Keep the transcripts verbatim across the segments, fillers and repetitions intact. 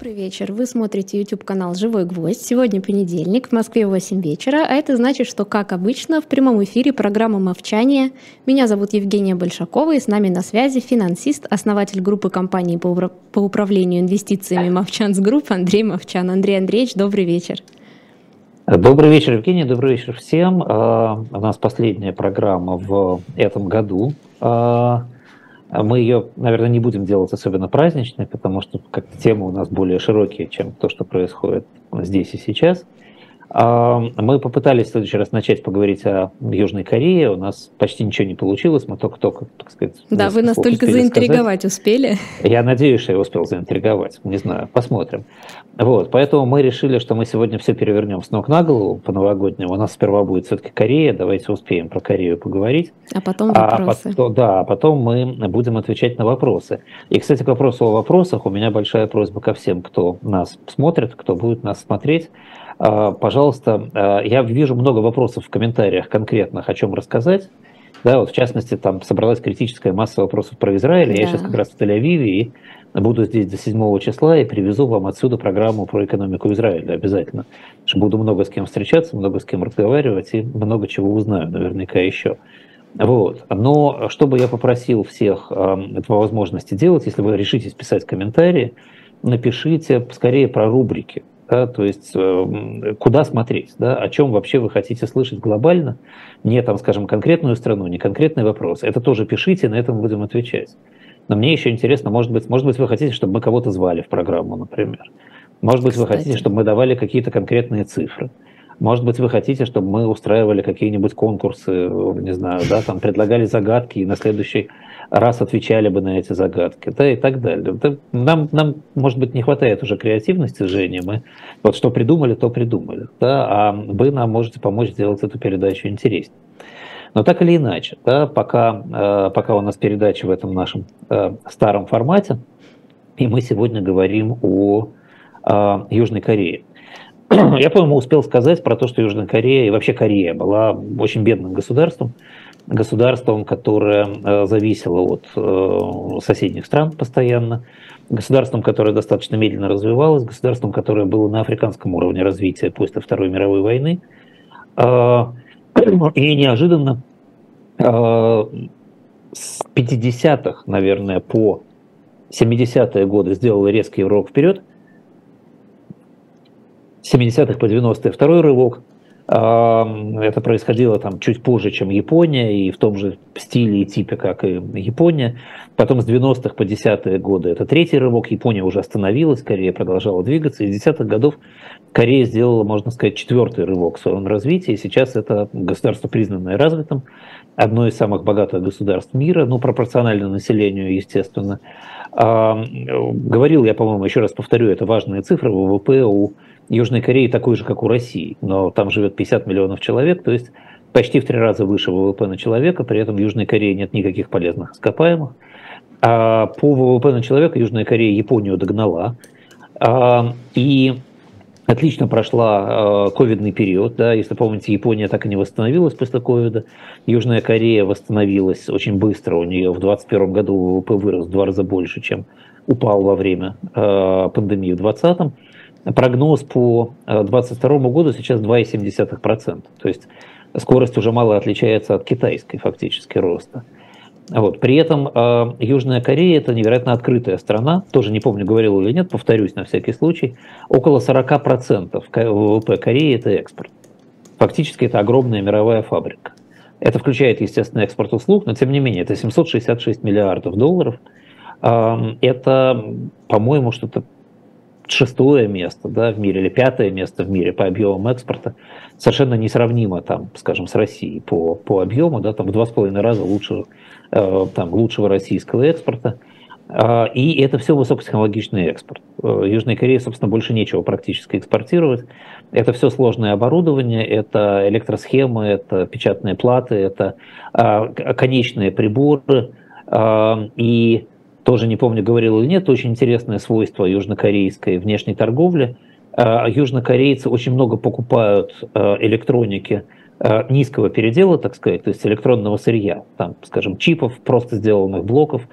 Добрый вечер. Вы смотрите YouTube-канал «Живой гвоздь». Сегодня понедельник, в Москве восемь вечера, а это значит, что, как обычно, в прямом эфире программа «Мовчание». Меня зовут Евгения Большакова, и с нами на связи финансист, основатель группы компаний по, упра- по управлению инвестициями «Мовчанс Групп» Андрей Мовчан. Андрей Андреевич, добрый вечер. Добрый вечер, Евгений, добрый вечер всем. У нас последняя программа в этом году. Мы ее, наверное, не будем делать особенно праздничной, потому что как-то темы у нас более широкие, чем то, что происходит здесь и сейчас. Мы попытались в следующий раз начать поговорить о Южной Корее. У нас почти ничего не получилось. Мы только-только, так сказать... Да, вы нас только заинтриговать сказать. успели. Я надеюсь, что я успел заинтриговать. Не знаю, посмотрим. Вот, поэтому мы решили, что мы сегодня все перевернем с ног на голову по-новогоднему. У нас сперва будет все-таки Корея. Давайте успеем про Корею поговорить. А потом вопросы. А потом, да, а потом мы будем отвечать на вопросы. И, кстати, к вопросу о вопросах у меня большая просьба ко всем, кто нас смотрит, кто будет нас смотреть. Пожалуйста, я вижу много вопросов в комментариях конкретных, о чем рассказать. Да, вот в частности, там собралась критическая масса вопросов про Израиль. Да. Я сейчас как раз в Тель-Авиве и буду здесь до седьмого числа и привезу вам отсюда программу про экономику Израиля обязательно. Потому что буду много с кем встречаться, много с кем разговаривать и много чего узнаю наверняка еще. Вот. Но что бы я попросил всех э, по возможности делать, если вы решитесь писать комментарии, напишите скорее про рубрики. Да, то есть э, куда смотреть, да, о чем вообще вы хотите слышать глобально, не там, скажем, конкретную страну, не конкретный вопрос. Это тоже пишите, на это мы будем отвечать. Но мне еще интересно, может быть, может быть, вы хотите, чтобы мы кого-то звали в программу, например. Может быть, Кстати. вы хотите, чтобы мы давали какие-то конкретные цифры. Может быть, вы хотите, чтобы мы устраивали какие-нибудь конкурсы, не знаю, да, там предлагали загадки и на следующий раз отвечали бы на эти загадки, да, и так далее. Нам, нам, может быть, не хватает уже креативности, Женя, мы вот что придумали, то придумали, да, а вы нам можете помочь сделать эту передачу интереснее. Но так или иначе, да, пока, пока у нас передача в этом нашем старом формате, и мы сегодня говорим о, о Южной Корее. Я, по-моему, успел сказать про то, что Южная Корея и вообще Корея была очень бедным государством, государством, которое зависело от соседних стран постоянно, государством, которое достаточно медленно развивалось, государством, которое было на африканском уровне развития после Второй мировой войны. И неожиданно с пятидесятых, наверное, по семидесятые годы сделало резкий рывок вперед, с семидесятых по девяностые второй рывок. Это происходило там чуть позже, чем Япония, и в том же стиле и типе, как и Япония. Потом с девяностых по десятые годы это третий рывок. Япония уже остановилась, Корея продолжала двигаться. И с десятых годов Корея сделала, можно сказать, четвертый рывок в своем развитии. И сейчас это государство, признанное развитым, одно из самых богатых государств мира, ну, пропорционально населению, естественно. Говорил я, по-моему, еще раз повторю, это важные цифры, ВВП у Южной Кореи такой же, как у России, но там живет пятьдесят миллионов человек, то есть почти в три раза выше ВВП на человека, при этом в Южной Корее нет никаких полезных ископаемых. А по ВВП на человека Южная Корея Японию догнала, и отлично прошла ковидный период, да, если помните, Япония так и не восстановилась после ковида, Южная Корея восстановилась очень быстро, у нее в двадцать первом году ВВП вырос в два раза больше, чем упал во время пандемии в двадцатом. Прогноз по двадцать второму году сейчас два целых семь десятых процента. То есть скорость уже мало отличается от китайской фактически роста. Вот. При этом э, Южная Корея – это невероятно открытая страна. Тоже не помню, говорил или нет, повторюсь на всякий случай. Около сорок процентов ВВП Кореи – это экспорт. Фактически это огромная мировая фабрика. Это включает, естественно, экспорт услуг, но тем не менее это семьсот шестьдесят шесть миллиардов долларов. Э, это, по-моему, что-то шестое место, да, в мире или пятое место в мире по объемам экспорта, совершенно несравнимо там, скажем, с Россией по, по объему, да, там в два с половиной раза лучше, э, там, лучшего российского экспорта. Э, и это все высокотехнологичный экспорт. Э, Южной Корее, собственно, больше нечего практически экспортировать. Это все сложное оборудование, это электросхемы, это печатные платы, это э, конечные приборы э, и тоже не помню, говорил или нет, очень интересное свойство южнокорейской внешней торговли. Южнокорейцы очень много покупают электроники низкого передела, так сказать, то есть электронного сырья, там, скажем, чипов, просто сделанных блоков,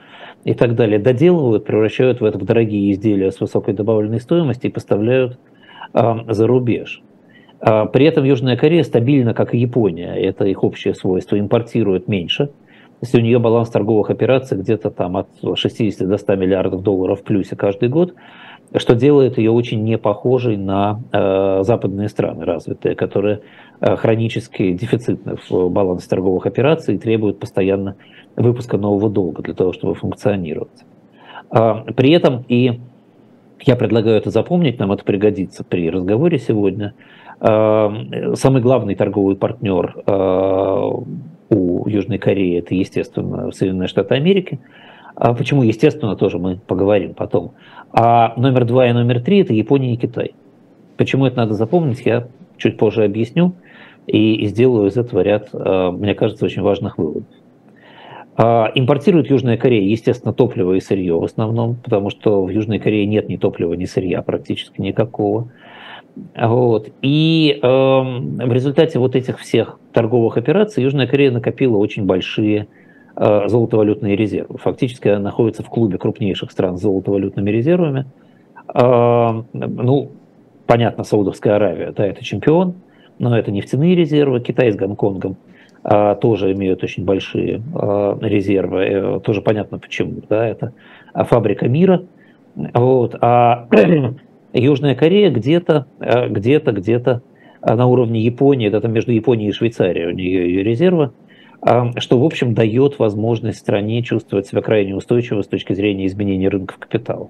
и так далее доделывают, превращают в это в дорогие изделия с высокой добавленной стоимостью и поставляют э, за рубеж. Э, при этом Южная Корея стабильно, как и Япония, это их общее свойство, импортирует меньше. Если у нее баланс торговых операций где-то там от шестидесяти до ста миллиардов долларов в плюсе каждый год, что делает ее очень не похожей на э, западные страны развитые, которые э, хронически дефицитны в балансе торговых операций и требуют постоянно выпуска нового долга для того, чтобы функционировать. Э, при этом, и я предлагаю это запомнить, нам это пригодится при разговоре сегодня, э, самый главный торговый партнер э, у Южной Кореи — это, естественно, Соединенные Штаты Америки. А почему, естественно, тоже мы поговорим потом. А номер два и номер три — это Япония и Китай. Почему это надо запомнить, я чуть позже объясню и, и сделаю из этого ряд, мне кажется, очень важных выводов. Импортирует Южная Корея, естественно, топливо и сырье в основном, потому что в Южной Корее нет ни топлива, ни сырья практически никакого. Вот. И э, в результате вот этих всех торговых операций Южная Корея накопила очень большие э, золотовалютные резервы. Фактически она находится в клубе крупнейших стран с золотовалютными резервами. Э, ну, понятно, Саудовская Аравия, да, это чемпион, но это нефтяные резервы. Китай с Гонконгом э, тоже имеют очень большие э, резервы. Э, тоже понятно почему. Да, это фабрика мира. Вот. А Южная Корея где-то, где-то, где-то на уровне Японии, это там между Японией и Швейцарией у нее ее резервы, что, в общем, дает возможность стране чувствовать себя крайне устойчиво с точки зрения изменения рынков капитала.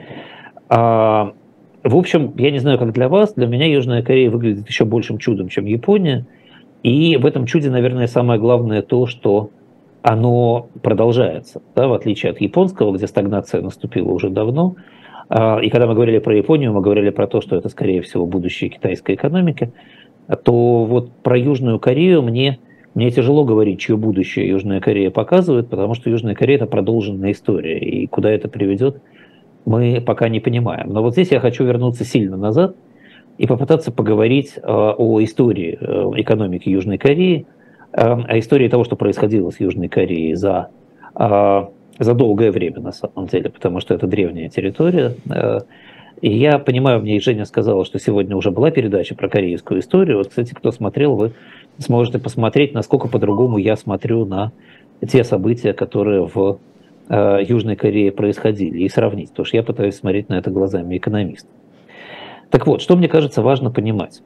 В общем, я не знаю, как для вас, для меня Южная Корея выглядит еще большим чудом, чем Япония. И в этом чуде, наверное, самое главное то, что оно продолжается, да, в отличие от японского, где стагнация наступила уже давно. И когда мы говорили про Японию, мы говорили про то, что это, скорее всего, будущее китайской экономики, то вот про Южную Корею мне, мне тяжело говорить, чье будущее Южная Корея показывает, потому что Южная Корея – это продолженная история, и куда это приведет, мы пока не понимаем. Но вот здесь я хочу вернуться сильно назад и попытаться поговорить о истории экономики Южной Кореи, о истории того, что происходило с Южной Кореей за... за долгое время, на самом деле, потому что это древняя территория. И я понимаю, мне и Женя сказала, что сегодня уже была передача про корейскую историю. Вот, кстати, кто смотрел, вы сможете посмотреть, насколько по-другому я смотрю на те события, которые в Южной Корее происходили, и сравнить, потому что я пытаюсь смотреть на это глазами экономиста. Так вот, что мне кажется важно понимать.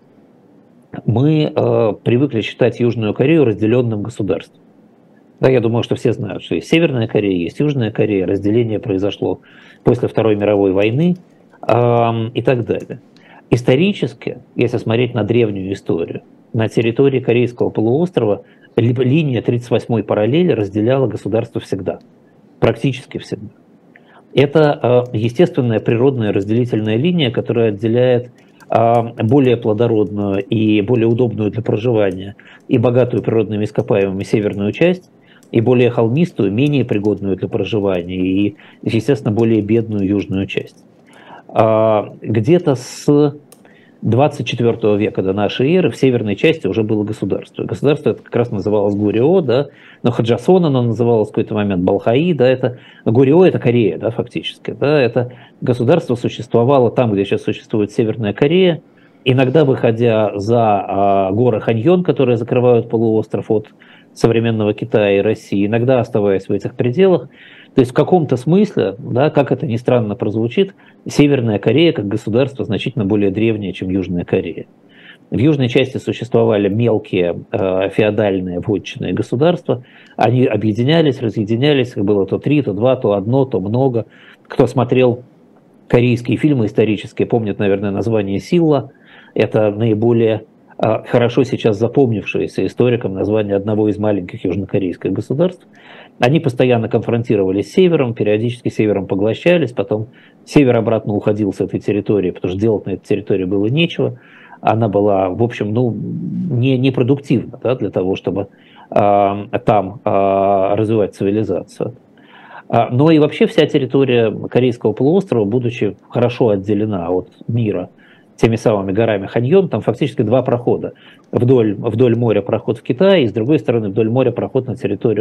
Мы э, привыкли считать Южную Корею разделенным государством. Да, я думаю, что все знают, что есть Северная Корея, есть Южная Корея, разделение произошло после Второй мировой войны э, и так далее. Исторически, если смотреть на древнюю историю, на территории Корейского полуострова линия тридцать восьмой параллели разделяла государство всегда, практически всегда. Это э, естественная природная разделительная линия, которая отделяет э, более плодородную и более удобную для проживания и богатую природными ископаемыми северную часть, и более холмистую, менее пригодную для проживания, и, естественно, более бедную южную часть. Где-то с двадцать четвёртого века до нашей эры в северной части уже было государство. Государство это как раз называлось Горио, да, но Хаджасон оно называлось в какой-то момент Балхаи, да, это Горио это Корея, да, фактически, да, это государство существовало там, где сейчас существует Северная Корея, иногда выходя за а, горы Ханьон, которые закрывают полуостров от современного Китая и России, иногда оставаясь в этих пределах. То есть в каком-то смысле, да, как это ни странно прозвучит, Северная Корея как государство значительно более древнее, чем Южная Корея. В южной части существовали мелкие э, феодальные вотчинные государства, они объединялись, разъединялись, их было то три, то два, то одно, то много. Кто смотрел корейские фильмы исторические, помнит, наверное, название «Силла». Это наиболее хорошо сейчас запомнившееся историкам название одного из маленьких южнокорейских государств. Они постоянно конфронтировались с севером, периодически севером поглощались, потом север обратно уходил с этой территории, потому что делать на этой территории было нечего. Она была, в общем, ну, не, непродуктивна, да, для того, чтобы э, там э, развивать цивилизацию. Но и вообще вся территория Корейского полуострова, будучи хорошо отделена от мира теми самыми горами Ханьон, там фактически два прохода. Вдоль, вдоль моря проход в Китай, и с другой стороны вдоль моря проход на территорию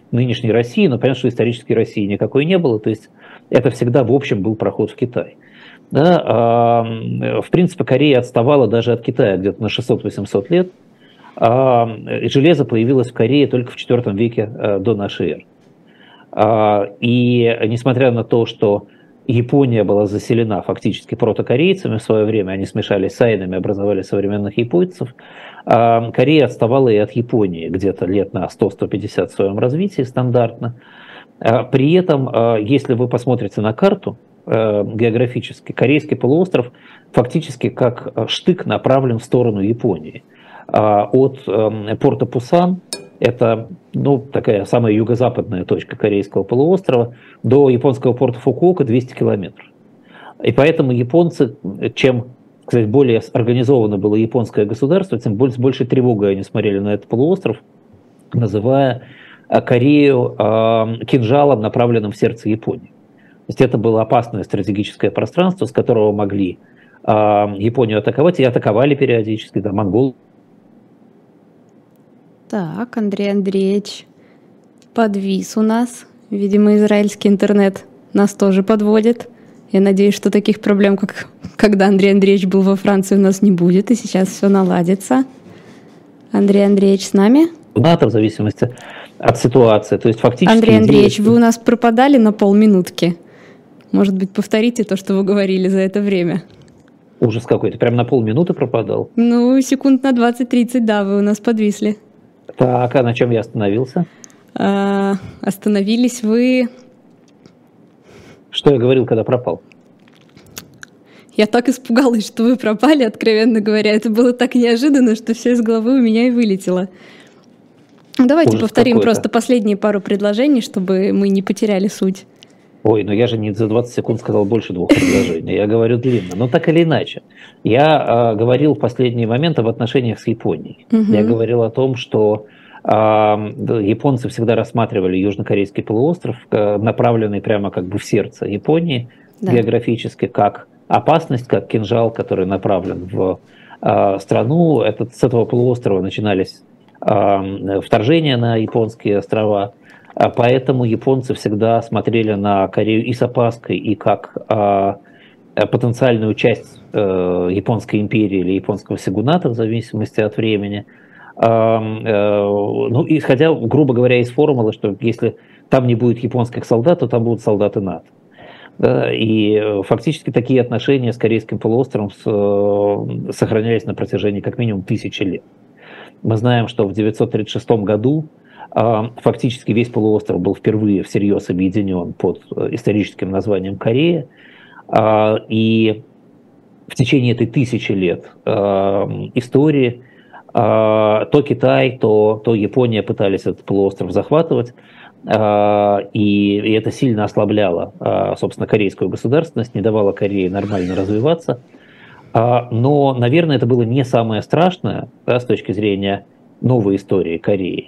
нынешней России, но понятно, что исторической России никакой не было, то есть это всегда в общем был проход в Китай. Да, а, в принципе, Корея отставала даже от Китая где-то на шестьсот-восемьсот лет. А, железо появилось в Корее только в четвёртом веке а, до нашей эры. А, и несмотря на то, что Япония была заселена фактически протокорейцами в свое время, они смешались с айнами, образовали современных японцев, а, Корея отставала и от Японии где-то лет на сто-сто пятьдесят в своем развитии стандартно. А, при этом, а, если вы посмотрите на карту, географически, Корейский полуостров фактически как штык направлен в сторону Японии. От порта Пусан, это ну, такая самая юго-западная точка Корейского полуострова, до японского порта Фукуока двести километров. И поэтому японцы, чем, кстати, более организовано было японское государство, тем с большей тревогой они смотрели на этот полуостров, называя Корею кинжалом, направленным в сердце Японии. То есть это было опасное стратегическое пространство, с которого могли э, Японию атаковать, и атаковали периодически, да, монголы. Так, Андрей Андреевич подвис у нас. Видимо, израильский интернет нас тоже подводит. Я надеюсь, что таких проблем, как когда Андрей Андреевич был во Франции, у нас не будет, и сейчас все наладится. Андрей Андреевич с нами? НАТО в зависимости от ситуации. То есть фактически... Андрей Андреевич, идея... вы у нас пропадали на полминутки. Может быть, повторите то, что вы говорили за это время. Ужас какой-то. Прям на полминуты пропадал? Ну, секунд на двадцать-тридцать, да, вы у нас подвисли. Так, а на чем я остановился? А, остановились вы... Что я говорил, когда пропал? Я так испугалась, что вы пропали, откровенно говоря. Это было так неожиданно, что все из головы у меня и вылетело. Давайте Ужас повторим какой-то. Просто последние пару предложений, чтобы мы не потеряли суть. Ой, ну я же не за двадцать секунд сказал больше двух предложений, я говорю длинно. Но так или иначе, я э, говорил в последние моменты об отношениях с Японией. Угу. Я говорил о том, что э, японцы всегда рассматривали Южнокорейский полуостров, э, направленный прямо как бы в сердце Японии, да. Географически, как опасность, как кинжал, который направлен в э, страну. Этот, с этого полуострова начинались э, вторжения на японские острова. Поэтому японцы всегда смотрели на Корею и с опаской, и как а, потенциальную часть а, японской империи или японского сёгуната, в зависимости от времени. А, а, ну, исходя, грубо говоря, из формулы, что если там не будет японских солдат, то там будут солдаты НАТО. Да, и фактически такие отношения с Корейским полуостровом с, сохранялись на протяжении как минимум тысячи лет. Мы знаем, что в девятьсот тридцать шестом году фактически весь полуостров был впервые всерьез объединен под историческим названием Корея. И в течение этой тысячи лет истории то Китай, то, то Япония пытались этот полуостров захватывать. И, и это сильно ослабляло, собственно, корейскую государственность, не давало Корее нормально развиваться. Но, наверное, это было не самое страшное, да, с точки зрения новой истории Кореи.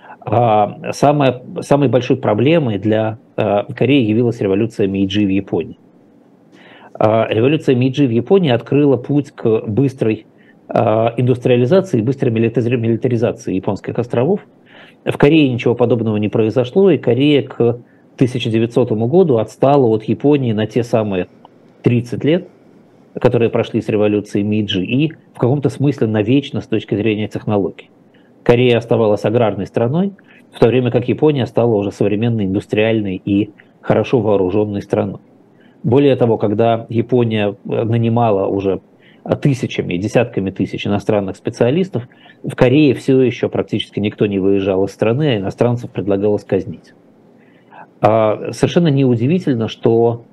Самой, самой большой проблемой для Кореи явилась революция Мэйджи в Японии. Революция Мэйджи в Японии открыла путь к быстрой индустриализации и быстрой милитаризации японских островов. В Корее ничего подобного не произошло, и Корея к тысяча девятисотому году отстала от Японии на те самые тридцать лет, которые прошли с революцией Мэйджи, и в каком-то смысле навечно с точки зрения технологий. Корея оставалась аграрной страной, в то время как Япония стала уже современной, индустриальной и хорошо вооруженной страной. Более того, когда Япония нанимала уже тысячами, десятками тысяч иностранных специалистов, в Корее все еще практически никто не выезжал из страны, а иностранцев предлагалось казнить. Совершенно неудивительно, что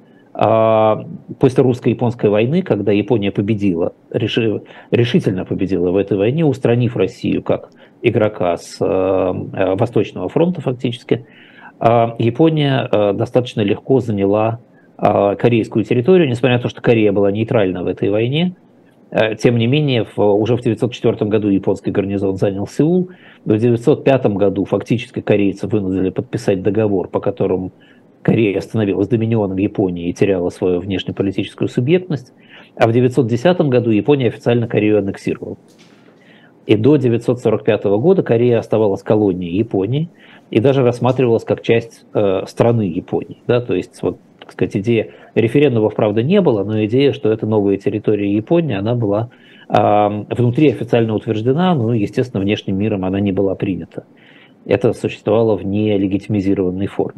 после русско-японской войны, когда Япония победила, решительно победила в этой войне, устранив Россию как игрока с Восточного фронта фактически, Япония достаточно легко заняла корейскую территорию, несмотря на то, что Корея была нейтральна в этой войне. Тем не менее, в, уже в девятьсот четвёртом году японский гарнизон занял Сеул. В девятьсот пятом году фактически корейцы вынудили подписать договор, по которому Корея становилась доминионом Японии и теряла свою внешнеполитическую субъектность. А в девятьсот десятом году Япония официально Корею аннексировала. И до девятьсот сорок пятого года Корея оставалась колонией Японии. и даже рассматривалась как часть э, страны Японии. Да? То есть, вот, так сказать, идея референдумов, правда, не было, но идея, что это новая территория Японии, она была э, внутри официально утверждена, но, естественно, внешним миром она не была принята. Это существовало в нелегитимизированной форме.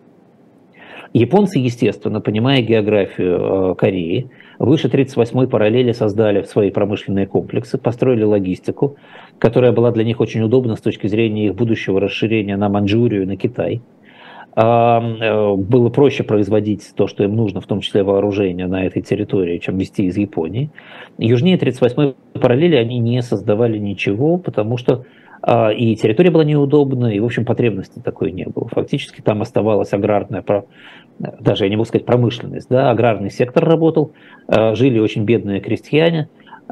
Японцы, естественно, понимая географию э, Кореи, выше тридцать восьмой параллели создали свои промышленные комплексы, построили логистику, которая была для них очень удобна с точки зрения их будущего расширения на Маньчжурию и на Китай. А, э, было проще производить то, что им нужно, в том числе вооружение на этой территории, чем везти из Японии. Южнее тридцать восьмой параллели они не создавали ничего, потому что и территория была неудобна, и, в общем, потребности такой не было. Фактически там оставалась аграрная, даже я не могу сказать промышленность, да, аграрный сектор работал, жили очень бедные крестьяне.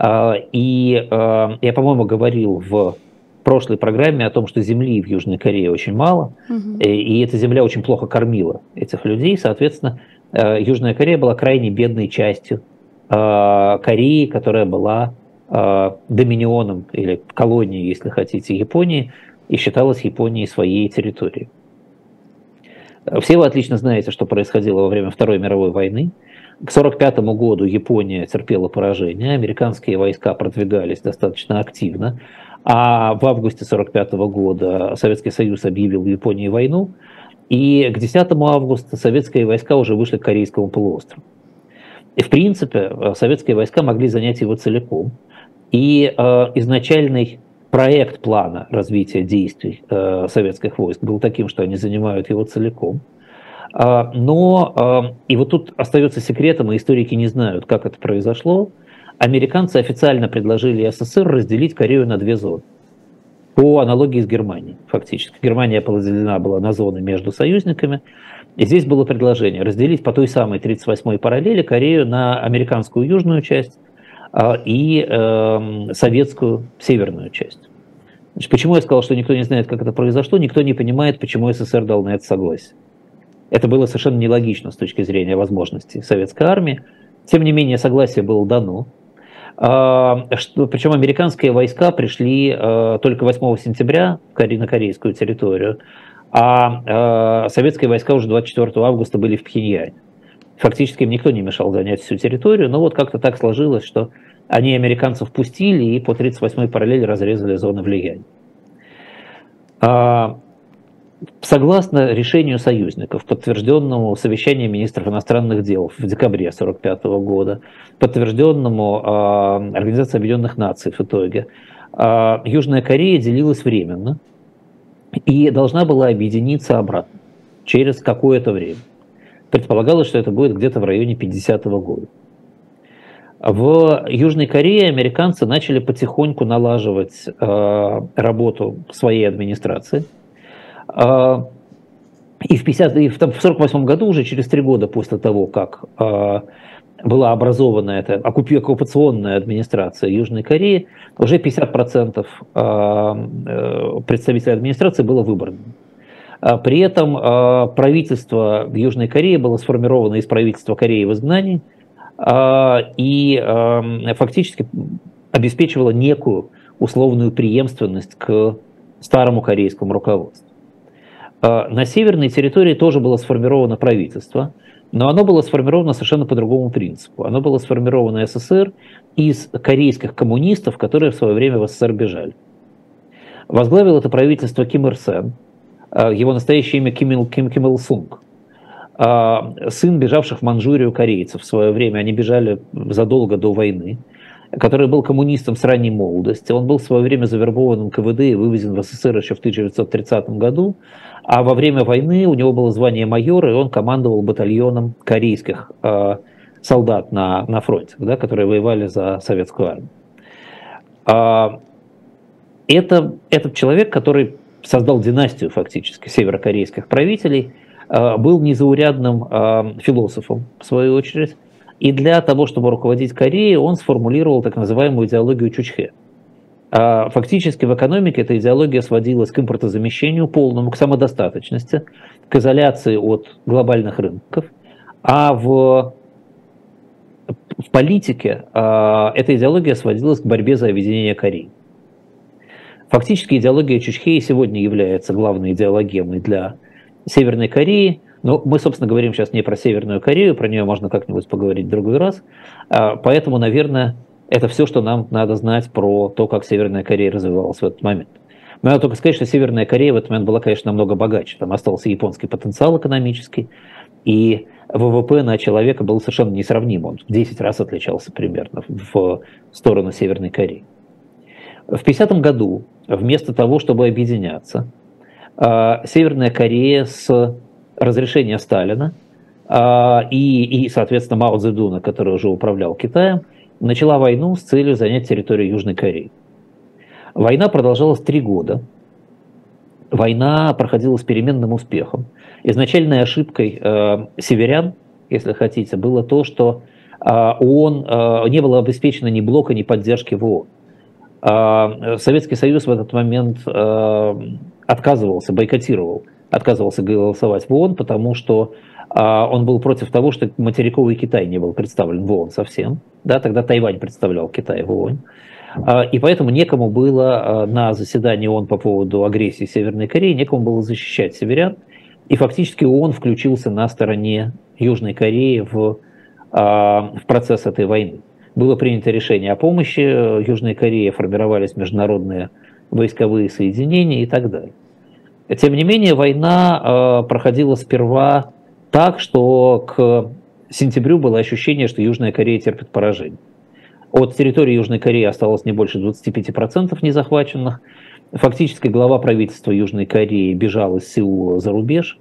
И я, по-моему, говорил в прошлой программе о том, что земли в Южной Корее очень мало, угу. и эта земля очень плохо кормила этих людей. Соответственно, Южная Корея была крайне бедной частью Кореи, которая была доминионом или колонией, если хотите, Японии, и считалась Японией своей территорией. Все вы отлично знаете, что происходило во время Второй мировой войны. К сорок пятому году Япония терпела поражение, американские войска продвигались достаточно активно, а в августе сорок пятого года Советский Союз объявил в Японии войну, и к десятому августа советские войска уже вышли к Корейскому полуострову. И, в принципе, советские войска могли занять его целиком. И э, изначальный проект плана развития действий э, советских войск был таким, что они занимают его целиком. Э, но, э, и вот тут остается секретом, и историки не знают, как это произошло, американцы официально предложили СССР разделить Корею на две зоны. По аналогии с Германией, фактически. Германия поделена была на зоны между союзниками. И здесь было предложение разделить по той самой тридцать восьмой параллели Корею на американскую южную часть и э, советскую северную часть. Значит, почему я сказал, что никто не знает, как это произошло? Никто не понимает, почему СССР дал на это согласие. Это было совершенно нелогично с точки зрения возможностей советской армии. Тем не менее, согласие было дано. А, что, причем американские войска пришли а, только восьмого сентября на корейскую территорию, а, а советские войска уже двадцать четвёртого августа были в Пхеньяне. Фактически им никто не мешал занять всю территорию, но вот как-то так сложилось, что они американцев пустили и по тридцать восьмой параллели разрезали зоны влияния. Согласно решению союзников, подтвержденному совещанием министров иностранных дел в декабре сорок пятого года, подтвержденному Организацией Объединенных Наций в итоге, Южная Корея делилась временно и должна была объединиться обратно через какое-то время. Предполагалось, что это будет где-то в районе пятидесятого года. В Южной Корее американцы начали потихоньку налаживать э, работу своей администрации. Э, и в, пятидесятом, и в сорок восьмом году, уже через три года после того, как э, была образована эта оккупационная администрация Южной Кореи, уже пятьдесят процентов э, представителей администрации было выбрано. При этом правительство в Южной Корее было сформировано из правительства Кореи в изгнании и фактически обеспечивало некую условную преемственность к старому корейскому руководству. На северной территории тоже было сформировано правительство, но оно было сформировано совершенно по другому принципу. Оно было сформировано СССР из корейских коммунистов, которые в свое время в СССР бежали. Возглавил это правительство Ким Ир Сен. Его настоящее имя Ким Ил, Ким, Ким Ил Сунг, сын бежавших в Маньчжурию корейцев в свое время, они бежали задолго до войны, который был коммунистом с ранней молодости. Он был в свое время завербован ка вэ дэ и вывезен в СССР еще в тысяча девятьсот тридцатом году, а во время войны у него было звание майора, и он командовал батальоном корейских э, солдат на, на фронте, да, которые воевали за советскую армию. А, это, этот человек, который создал династию фактически северокорейских правителей, был незаурядным философом, в свою очередь, и для того, чтобы руководить Кореей, он сформулировал так называемую идеологию Чучхе. Фактически в экономике эта идеология сводилась к импортозамещению полному, к самодостаточности, к изоляции от глобальных рынков, а в, в политике эта идеология сводилась к борьбе за объединение Кореи. Фактически идеология Чучхеи сегодня является главной идеологемой для Северной Кореи. Но мы, собственно, говорим сейчас не про Северную Корею, про нее можно как-нибудь поговорить в другой раз. Поэтому, наверное, это все, что нам надо знать про то, как Северная Корея развивалась в этот момент. Но надо только сказать, что Северная Корея в этот момент была, конечно, намного богаче. Там остался японский потенциал экономический, и ВВП на человека был совершенно несравним. Он в десять раз отличался примерно в сторону Северной Кореи. В пятидесятом году, вместо того, чтобы объединяться, Северная Корея с разрешения Сталина и, и, соответственно, Мао Цзэдуна, который уже управлял Китаем, начала войну с целью занять территорию Южной Кореи. Война продолжалась три года. Война проходила с переменным успехом. Изначальной ошибкой э, северян, если хотите, было то, что э, ООН, э, не было обеспечено ни блока, ни поддержки в ООН. Э, Советский Союз в этот момент э, отказывался, бойкотировал, отказывался голосовать в ООН, потому что э, он был против того, что материковый Китай не был представлен в ООН совсем. Да, тогда Тайвань представлял Китай в ООН. И поэтому некому было на заседании ООН по поводу агрессии Северной Кореи, некому было защищать северян. И фактически ООН включился на стороне Южной Кореи в, в процесс этой войны. Было принято решение о помощи Южной Корее, формировались международные войсковые соединения и так далее. Тем не менее, война проходила сперва так, что к сентябрю было ощущение, что Южная Корея терпит поражение. От территории Южной Кореи осталось не больше двадцати пяти процентов незахваченных. Фактически глава правительства Южной Кореи бежал из Сеула за рубеж.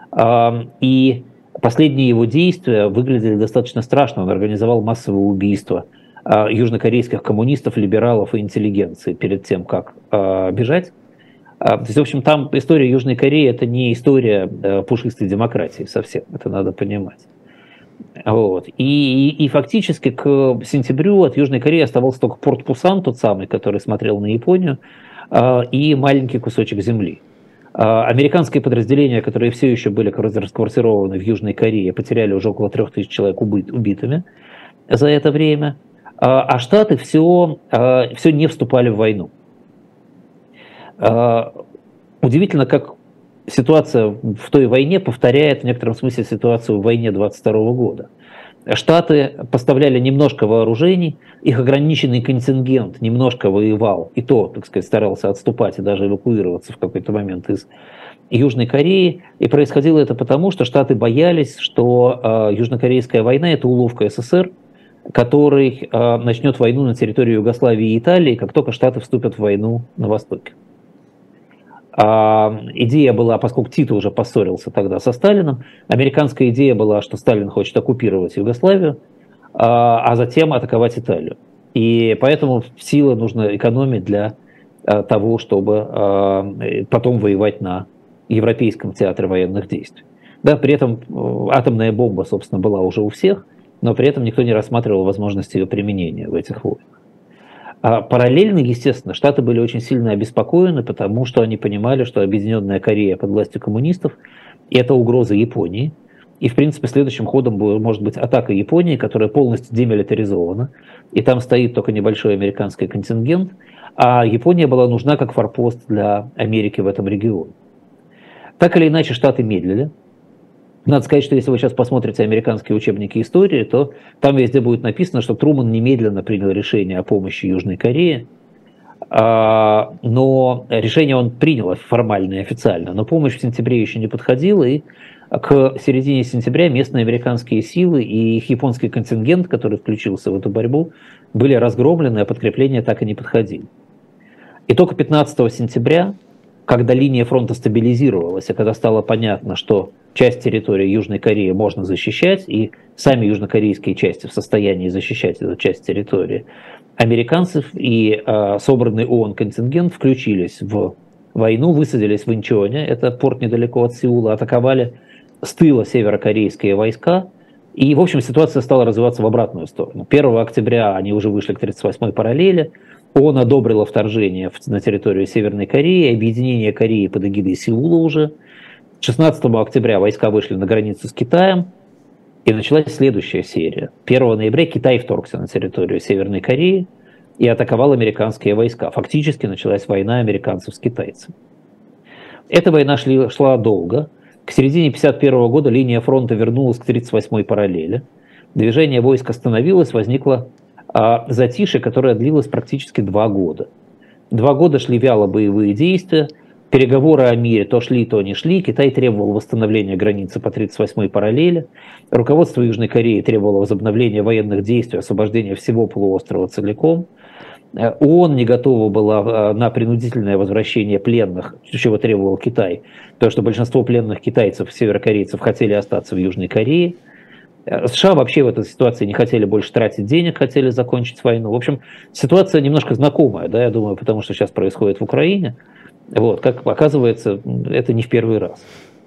И последние его действия выглядели достаточно страшно. Он организовал массовое убийство южнокорейских коммунистов, либералов и интеллигенции перед тем, как бежать. То есть, в общем, там история Южной Кореи – это не история пушистой демократии совсем, это надо понимать. Вот. И, и, и фактически к сентябрю от Южной Кореи оставался только порт Пусан, тот самый, который смотрел на Японию, и маленький кусочек земли. Американские подразделения, которые все еще были расквартированы в Южной Корее, потеряли уже около трех тысяч человек убитыми за это время, а Штаты все, все не вступали в войну. Удивительно, как ситуация в той войне повторяет в некотором смысле ситуацию в войне двадцать второго года. Штаты поставляли немножко вооружений, их ограниченный контингент немножко воевал, и то, так сказать, старался отступать и даже эвакуироваться в какой-то момент из Южной Кореи. И происходило это потому, что Штаты боялись, что э, южнокорейская война – это уловка СССР, который э, начнет войну на территории Югославии и Италии, как только Штаты вступят в войну на Востоке. А идея была, поскольку Тито уже поссорился тогда со Сталином, американская идея была, что Сталин хочет оккупировать Югославию, а, а затем атаковать Италию. И поэтому силы нужно экономить для а, того, чтобы а, потом воевать на Европейском театре военных действий. Да, при этом атомная бомба, собственно, была уже у всех, но при этом никто не рассматривал возможности ее применения в этих войнах. А параллельно, естественно, Штаты были очень сильно обеспокоены, потому что они понимали, что Объединенная Корея под властью коммунистов – это угроза Японии. И, в принципе, следующим ходом может быть атака Японии, которая полностью демилитаризована, и там стоит только небольшой американский контингент, а Япония была нужна как форпост для Америки в этом регионе. Так или иначе, Штаты медлили. Надо сказать, что если вы сейчас посмотрите американские учебники истории, то там везде будет написано, что Труман немедленно принял решение о помощи Южной Корее, но решение он принял формально и официально, но помощь в сентябре еще не подходила, и к середине сентября местные американские силы и их японский контингент, который включился в эту борьбу, были разгромлены, а подкрепления так и не подходили. И только пятнадцатого сентября, когда линия фронта стабилизировалась, и когда стало понятно, что часть территории Южной Кореи можно защищать, и сами южнокорейские части в состоянии защищать эту часть территории, американцев и э, собранный ООН контингент включились в войну, высадились в Инчоне, это порт недалеко от Сеула, атаковали с тыла северокорейские войска, и, в общем, ситуация стала развиваться в обратную сторону. первого октября они уже вышли к тридцать восьмой параллели, ООН одобрила вторжение на территорию Северной Кореи, объединение Кореи под эгидой Сеула уже. шестнадцатого октября войска вышли на границу с Китаем, и началась следующая серия. первого ноября Китай вторгся на территорию Северной Кореи, и атаковал американские войска. Фактически началась война американцев с китайцами. Эта война шли, шла долго. К середине тысяча девятьсот пятьдесят первого года линия фронта вернулась к тридцать восьмой параллели. Движение войск остановилось, возникло а, затишье, которое длилось практически два года. Два года шли вяло боевые действия, переговоры о мире то шли, то не шли. Китай требовал восстановления границы по тридцать восьмой параллели. Руководство Южной Кореи требовало возобновления военных действий, освобождения всего полуострова целиком. ООН не готова была на принудительное возвращение пленных, чего требовал Китай, потому что большинство пленных китайцев, северокорейцев хотели остаться в Южной Корее. США вообще в этой ситуации не хотели больше тратить денег, хотели закончить войну. В общем, ситуация немножко знакомая, да, я думаю, потому что сейчас происходит в Украине. Вот, как оказывается, это не в первый раз.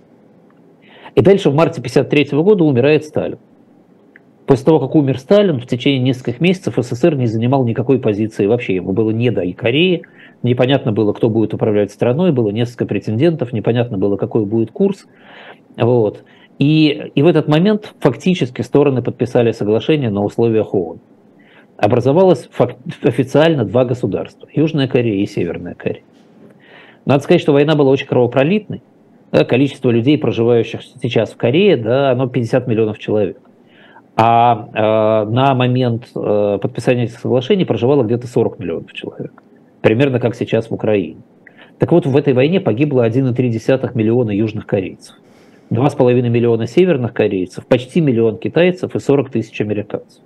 И дальше в марте тысяча девятьсот пятьдесят третьего года умирает Сталин. После того, как умер Сталин, в течение нескольких месяцев СССР не занимал никакой позиции вообще. Ему было не до Кореи, непонятно было, кто будет управлять страной, было несколько претендентов, непонятно было, какой будет курс. Вот. И, и в этот момент фактически стороны подписали соглашение на условиях ООН. Образовалось факт, официально два государства – Южная Корея и Северная Корея. Надо сказать, что война была очень кровопролитной. Да, количество людей, проживающих сейчас в Корее, да, оно пятьдесят миллионов человек. А э, на момент э, подписания этих соглашений проживало где-то сорок миллионов человек. Примерно как сейчас в Украине. Так вот, в этой войне погибло один целых три десятых миллиона южных корейцев, два с половиной миллиона северных корейцев, почти миллион китайцев и сорок тысяч американцев.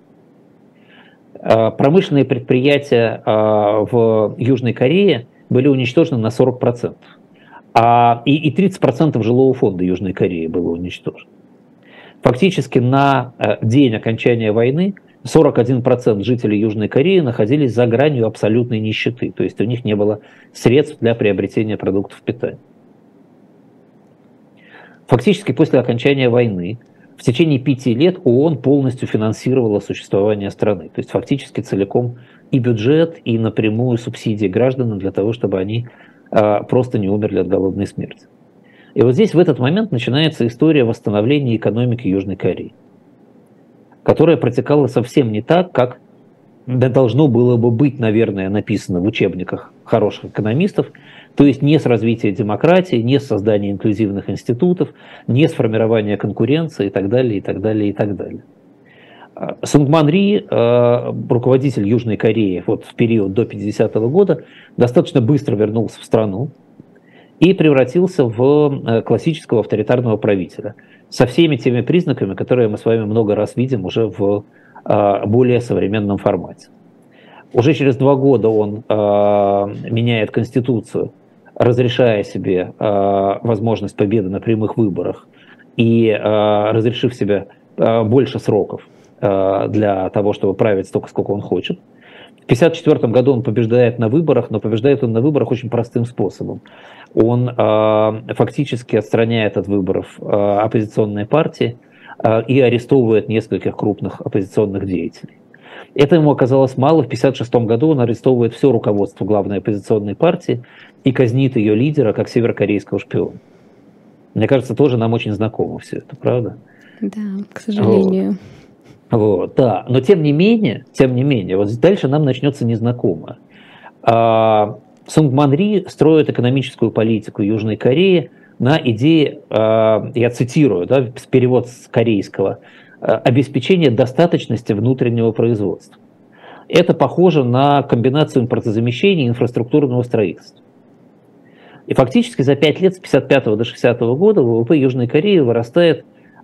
Э, промышленные предприятия э, в Южной Корее были уничтожены на сорок процентов. А, и, и тридцать процентов жилого фонда Южной Кореи было уничтожено. Фактически на день окончания войны сорок один процент жителей Южной Кореи находились за гранью абсолютной нищеты. То есть у них не было средств для приобретения продуктов питания. Фактически после окончания войны в течение пяти лет ООН полностью финансировала существование страны. То есть фактически целиком и бюджет, и напрямую субсидии гражданам для того, чтобы они а, просто не умерли от голодной смерти. И вот здесь в этот момент начинается история восстановления экономики Южной Кореи, которая протекала совсем не так, как должно было бы быть, наверное, написано в учебниках хороших экономистов, то есть не с развития демократии, не с создания инклюзивных институтов, не с формирования конкуренции и так далее, и так далее, и так далее. Сунгман Ри, руководитель Южной Кореи вот в период до пятидесятого года, достаточно быстро вернулся в страну и превратился в классического авторитарного правителя со всеми теми признаками, которые мы с вами много раз видим уже в более современном формате. Уже через два года он меняет конституцию, разрешая себе возможность победы на прямых выборах и разрешив себе больше сроков для того, чтобы править столько, сколько он хочет. В тысяча девятьсот пятьдесят четвёртом году он побеждает на выборах, но побеждает он на выборах очень простым способом. Он э, фактически отстраняет от выборов э, оппозиционные партии э, и арестовывает нескольких крупных оппозиционных деятелей. Это ему оказалось мало. В тысяча девятьсот пятьдесят шестом году он арестовывает все руководство главной оппозиционной партии и казнит ее лидера как северокорейского шпиона. Мне кажется, тоже нам очень знакомо все это, правда? Да, к сожалению. Вот. Вот, да, но тем не менее, тем не менее, вот дальше нам начнется незнакомое. А, Сунгман Ри строит экономическую политику Южной Кореи на идее, а, я цитирую, да, перевод с корейского, обеспечения достаточности внутреннего производства. Это похоже на комбинацию импортозамещения и инфраструктурного строительства. И фактически за пять лет с пятьдесят пятого до шестидесятого года ВВП Южной Кореи вырастает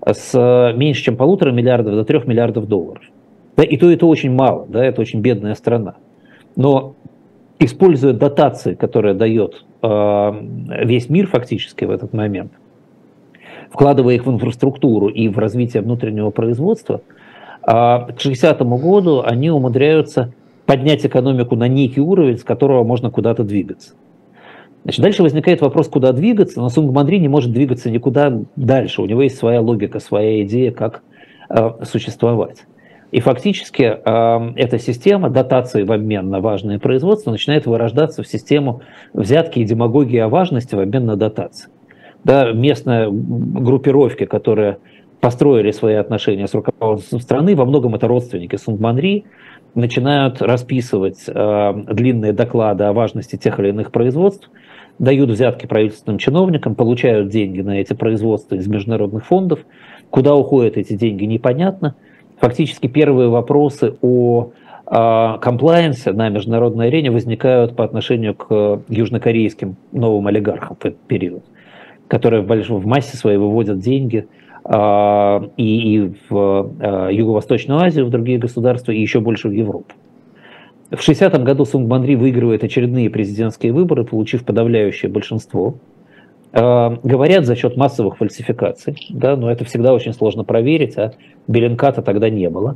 с меньше чем полутора миллиардов до трех миллиардов долларов. Да, и то, и то очень мало, да, это очень бедная страна. Но используя дотации, которые дает э, весь мир фактически в этот момент, вкладывая их в инфраструктуру и в развитие внутреннего производства, э, к шестидесятому году они умудряются поднять экономику на некий уровень, с которого можно куда-то двигаться. Значит, дальше возникает вопрос, куда двигаться, но Сунгман Ри не может двигаться никуда дальше. У него есть своя логика, своя идея, как э, существовать. И фактически э, эта система дотации в обмен на важное производство начинает вырождаться в систему взятки и демагогии о важности в обмен на дотации. Да, местные группировки, которые построили свои отношения с руководством страны, во многом это родственники Сунгман Ри, начинают расписывать э, длинные доклады о важности тех или иных производств, дают взятки правительственным чиновникам, получают деньги на эти производства из международных фондов. Куда уходят эти деньги, непонятно. Фактически первые вопросы о комплаенсе на международной арене возникают по отношению к южнокорейским новым олигархам в этот период, которые в, большом, в массе своей выводят деньги а, и, и в а, Юго-Восточную Азию, в другие государства, и еще больше в Европу. В шестидесятом году Сунгман Ри выигрывает очередные президентские выборы, получив подавляющее большинство. А, говорят, за счет массовых фальсификаций, да, но это всегда очень сложно проверить, а Беллинката тогда не было.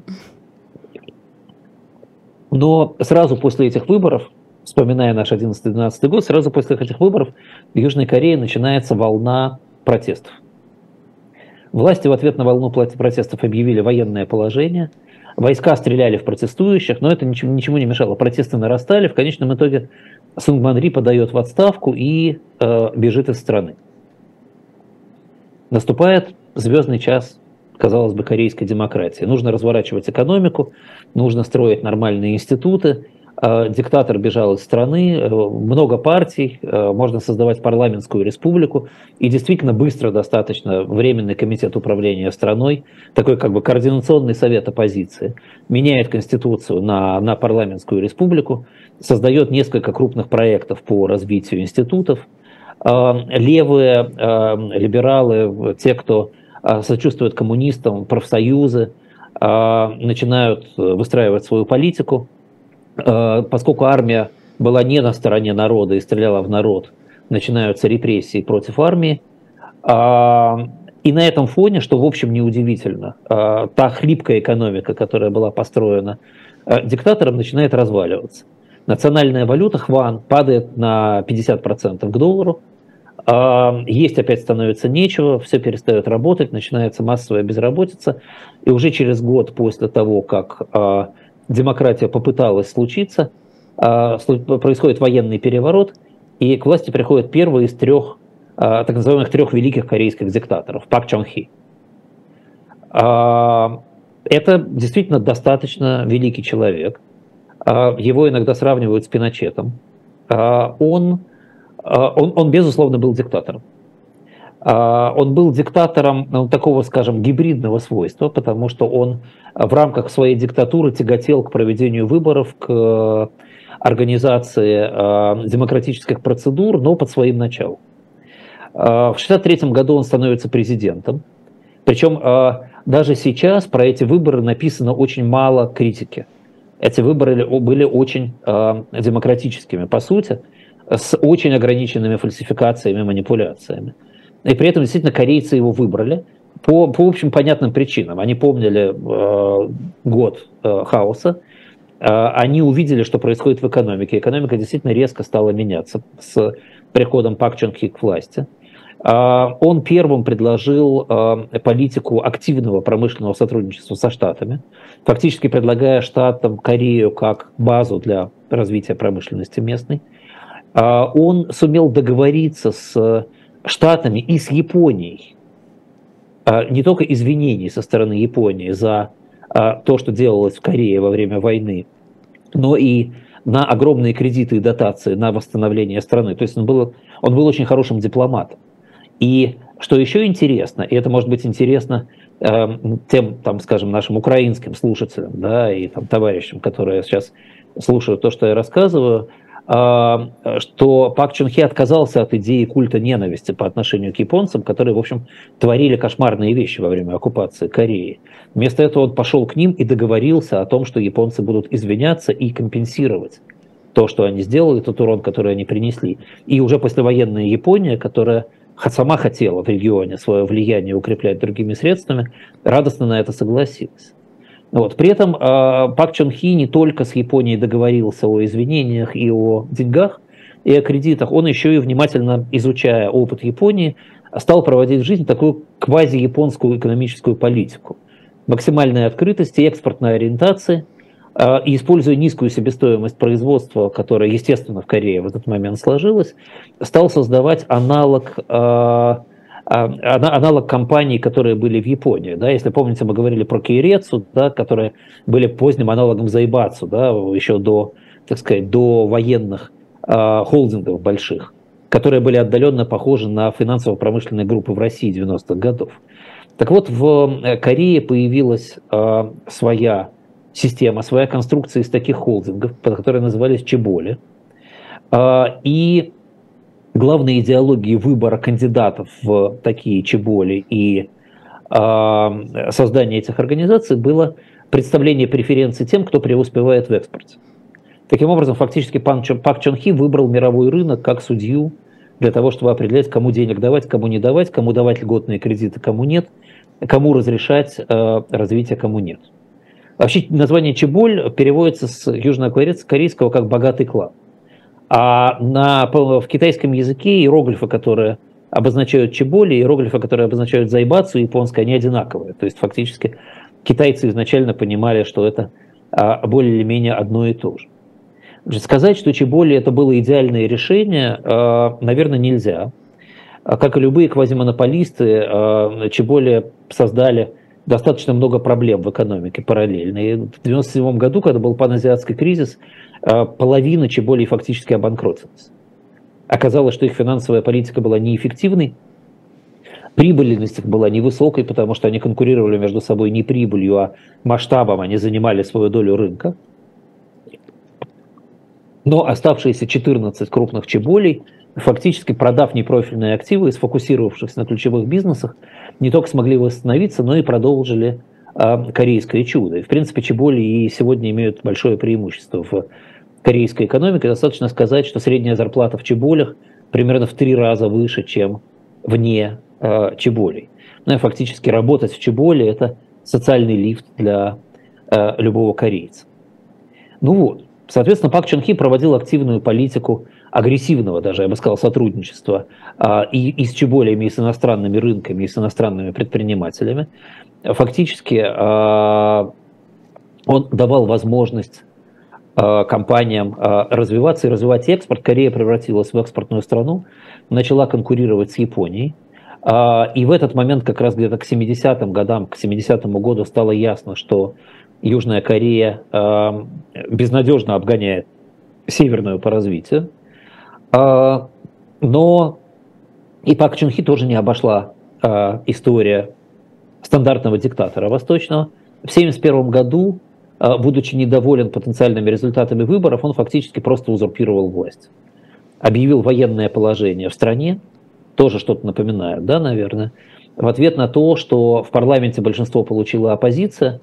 Но сразу после этих выборов, вспоминая наш одиннадцатый-двенадцатый год, сразу после этих выборов в Южной Корее начинается волна протестов. Власти в ответ на волну протестов объявили военное положение, войска стреляли в протестующих, но это ничему, ничему не мешало. Протесты нарастали, в конечном итоге Сунгман Ри подает в отставку и э, бежит из страны. Наступает звездный час, казалось бы, корейской демократии. Нужно разворачивать экономику, нужно строить нормальные институты. Диктатор бежал из страны, много партий, можно создавать парламентскую республику. И действительно быстро достаточно Временный комитет управления страной, такой как бы координационный совет оппозиции, меняет конституцию на, на парламентскую республику, создает несколько крупных проектов по развитию институтов. Левые, либералы, те, кто сочувствуют коммунистам, профсоюзы, начинают выстраивать свою политику. Поскольку армия была не на стороне народа и стреляла в народ, начинаются репрессии против армии. И на этом фоне, что в общем неудивительно, та хлипкая экономика, которая была построена диктатором, начинает разваливаться. Национальная валюта хван падает на пятьдесят процентов к доллару. Есть опять становится нечего, все перестает работать, начинается массовая безработица. И уже через год после того, как демократия попыталась случиться, происходит военный переворот, и к власти приходит первый из трех, так называемых трех великих корейских диктаторов, Пак Чон Хи. Это действительно достаточно великий человек. Его иногда сравнивают с Пиночетом. Он, он, он безусловно, был диктатором. Он был диктатором, ну, такого, скажем, гибридного свойства, потому что он в рамках своей диктатуры тяготел к проведению выборов, к организации демократических процедур, но под своим началом. В шестьдесят третьем году он становится президентом. Причем даже сейчас про эти выборы написано очень мало критики. Эти выборы были очень демократическими, по сути, с очень ограниченными фальсификациями, манипуляциями. И при этом действительно корейцы его выбрали по, по общим понятным причинам. Они помнили э, год э, хаоса, э, они увидели, что происходит в экономике. Экономика действительно резко стала меняться с приходом Пак Чон Хи к власти. Э, он первым предложил э, политику активного промышленного сотрудничества со Штатами, фактически предлагая Штатам Корею как базу для развития промышленности местной. Э, он сумел договориться с Штатами и с Японией, не только извинений со стороны Японии за то, что делалось в Корее во время войны, но и на огромные кредиты и дотации на восстановление страны. То есть он был, он был очень хорошим дипломатом. И что еще интересно, и это может быть интересно э, тем, там, скажем, нашим украинским слушателям, да, и там, товарищам, которые сейчас слушают то, что я рассказываю, что Пак Чон Хи отказался от идеи культа ненависти по отношению к японцам, которые, в общем, творили кошмарные вещи во время оккупации Кореи. Вместо этого он пошел к ним и договорился о том, что японцы будут извиняться и компенсировать то, что они сделали, тот урон, который они принесли. И уже послевоенная Япония, которая сама хотела в регионе свое влияние укреплять другими средствами, радостно на это согласилась. Вот. При этом э, Пак Чон Хи не только с Японией договорился о извинениях и о деньгах, и о кредитах, он еще и внимательно изучая опыт Японии, стал проводить в жизнь такую квази-японскую экономическую политику. Максимальной открытости, экспортной ориентации, э, и используя низкую себестоимость производства, которая, естественно, в Корее в этот момент сложилась, стал создавать аналог э, аналог компаний, которые были в Японии. Да? Если помните, мы говорили про Кейрецу, да, которые были поздним аналогом Зайбацу, да, еще до, так сказать, до военных э, холдингов больших, которые были отдаленно похожи на финансово-промышленные группы в России девяностых годов. Так вот, в Корее появилась э, своя система, своя конструкция из таких холдингов, которые назывались чеболи. Э, и главной идеологией выбора кандидатов в такие чеболи и э, создания этих организаций было представление преференций тем, кто преуспевает в экспорте. Таким образом, фактически Пак Чон Хи выбрал мировой рынок как судью для того, чтобы определять, кому денег давать, кому не давать, кому давать льготные кредиты, кому нет, кому разрешать э, развитие, кому нет. Вообще название чеболь переводится с южнокорейского как «богатый клан». А на, в китайском языке иероглифы, которые обозначают чеболи, иероглифы, которые обозначают зайбацу, японское, они одинаковые. То есть фактически китайцы изначально понимали, что это а, более или менее одно и то же. Сказать, что чеболи это было идеальное решение, а, наверное, нельзя. Как и любые квазимонополисты, а, чеболи создали достаточно много проблем в экономике параллельно. И в девяносто седьмом году, когда был паназиатский кризис, половина чеболей фактически обанкротилась. Оказалось, что их финансовая политика была неэффективной, прибыльность их была невысокой, потому что они конкурировали между собой не прибылью, а масштабом, они занимали свою долю рынка. Но оставшиеся четырнадцать крупных чеболей, фактически продав непрофильные активы и сфокусировавшись на ключевых бизнесах, не только смогли восстановиться, но и продолжили э, корейское чудо. И, в принципе, чеболи и сегодня имеют большое преимущество в корейской экономике. Достаточно сказать, что средняя зарплата в чеболях примерно в три раза выше, чем вне э, чеболей. Ну и фактически работать в чеболе – это социальный лифт для э, любого корейца. Ну вот, соответственно, Пак Чон Хи проводил активную политику агрессивного даже, я бы сказал, сотрудничества э, и, и с чеболями, и с иностранными рынками, и с иностранными предпринимателями. Фактически э, он давал возможность компаниям развиваться и развивать экспорт. Корея превратилась в экспортную страну, начала конкурировать с Японией. И в этот момент, как раз где-то к семидесятым годам, к семидесятому году стало ясно, что Южная Корея безнадежно обгоняет Северную по развитию. Но и Пак Чон Хи тоже не обошла история стандартного диктатора восточного. В семьдесят первом году, будучи недоволен потенциальными результатами выборов, он фактически просто узурпировал власть. Объявил военное положение в стране, тоже что-то напоминает, да, наверное, в ответ на то, что в парламенте большинство получила оппозиция,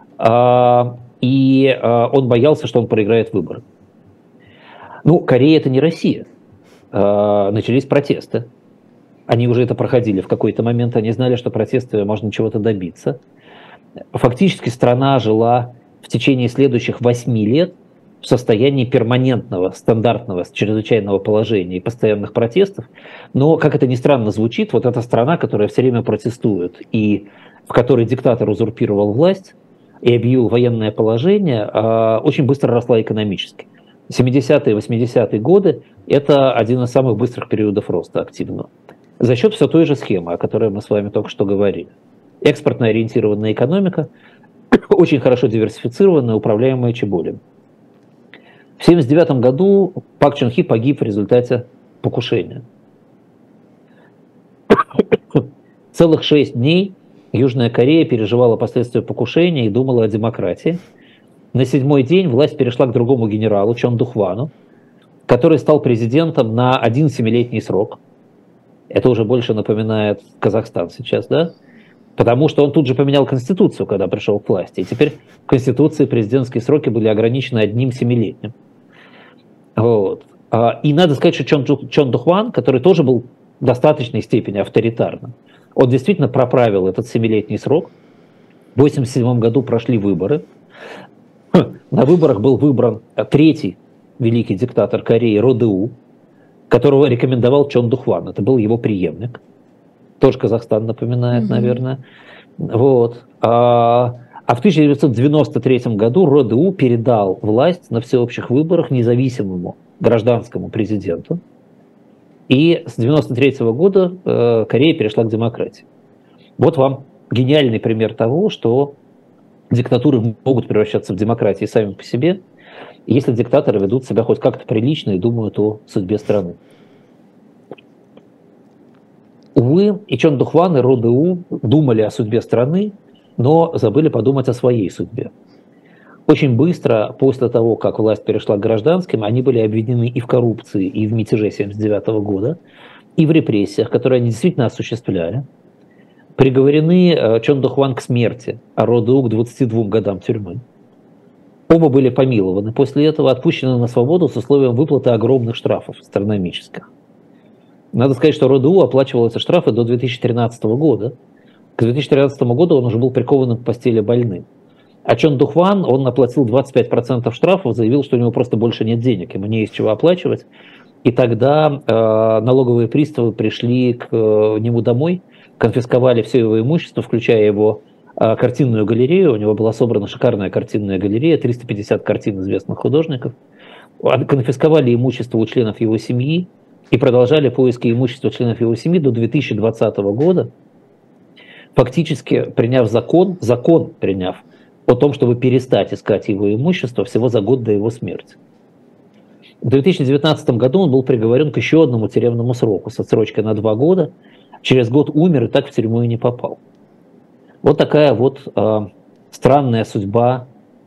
и он боялся, что он проиграет выборы. Ну, Корея – это не Россия. Начались протесты. Они уже это проходили в какой-то момент, они знали, что протестами можно чего-то добиться. Фактически страна жила в течение следующих восьми лет в состоянии перманентного, стандартного, чрезвычайного положения и постоянных протестов. Но, как это ни странно звучит, вот эта страна, которая все время протестует и в которой диктатор узурпировал власть и объявил военное положение, очень быстро росла экономически. семидесятые, восьмидесятые годы – это один из самых быстрых периодов роста активного. За счет все той же схемы, о которой мы с вами только что говорили. Экспортно ориентированная экономика, очень хорошо диверсифицированная, управляемая чеболем. В семьдесят девятом году Пак Чон Хи погиб в результате покушения. Целых шесть дней Южная Корея переживала последствия покушения и думала о демократии. На седьмой день власть перешла к другому генералу, Чон Дух Хвану, который стал президентом на один семилетний срок. Это уже больше напоминает Казахстан сейчас, да? Потому что он тут же поменял конституцию, когда пришел к власти. И теперь в конституции президентские сроки были ограничены одним семилетним. Вот. И надо сказать, что Чон, Чон Дух Хван, который тоже был в достаточной степени авторитарным, он действительно проправил этот семилетний срок. В восемьдесят седьмом году прошли выборы. На выборах был выбран третий великий диктатор Кореи Ро Дэ-у, которого рекомендовал Чон Дух Хван. Это был его преемник. Тоже Казахстан напоминает, mm-hmm. наверное. Вот. А, а в тысяча девятьсот девяносто третьем году Ро Дэ-у передал власть на всеобщих выборах независимому гражданскому президенту. И с девяносто третьего года э, Корея перешла к демократии. Вот вам гениальный пример того, что диктатуры могут превращаться в демократии сами по себе, если диктаторы ведут себя хоть как-то прилично и думают о судьбе страны. Увы, и Чон Духван, и Ро Дэ-у думали о судьбе страны, но забыли подумать о своей судьбе. Очень быстро, после того, как власть перешла к гражданским, они были обвинены и в коррупции, и в мятеже семьдесят девятого года, и в репрессиях, которые они действительно осуществляли. Приговорены Чон Духван к смерти, а Ро Дэ-у к двадцати двум годам тюрьмы. Оба были помилованы. После этого отпущены на свободу с условием выплаты огромных штрафов астрономических. Надо сказать, что Ро Дэ-у оплачивал эти штрафы до две тысячи тринадцатого года. К две тысячи тринадцатому году он уже был прикован к постели больным. А Чон Духван, он оплатил двадцать пять процентов штрафов, заявил, что у него просто больше нет денег, ему не из чего оплачивать. И тогда э, налоговые приставы пришли к э, нему домой, конфисковали все его имущество, включая его э, картинную галерею. У него была собрана шикарная картинная галерея, триста пятьдесят картин известных художников. Конфисковали имущество у членов его семьи и продолжали поиски имущества членов его семьи до две тысячи двадцатого года, фактически приняв закон, закон приняв, о том, чтобы перестать искать его имущество всего за год до его смерти. В две тысячи девятнадцатом году он был приговорен к еще одному тюремному сроку с отсрочкой на два года. Через год умер и так в тюрьму и не попал. Вот такая вот э, странная судьба.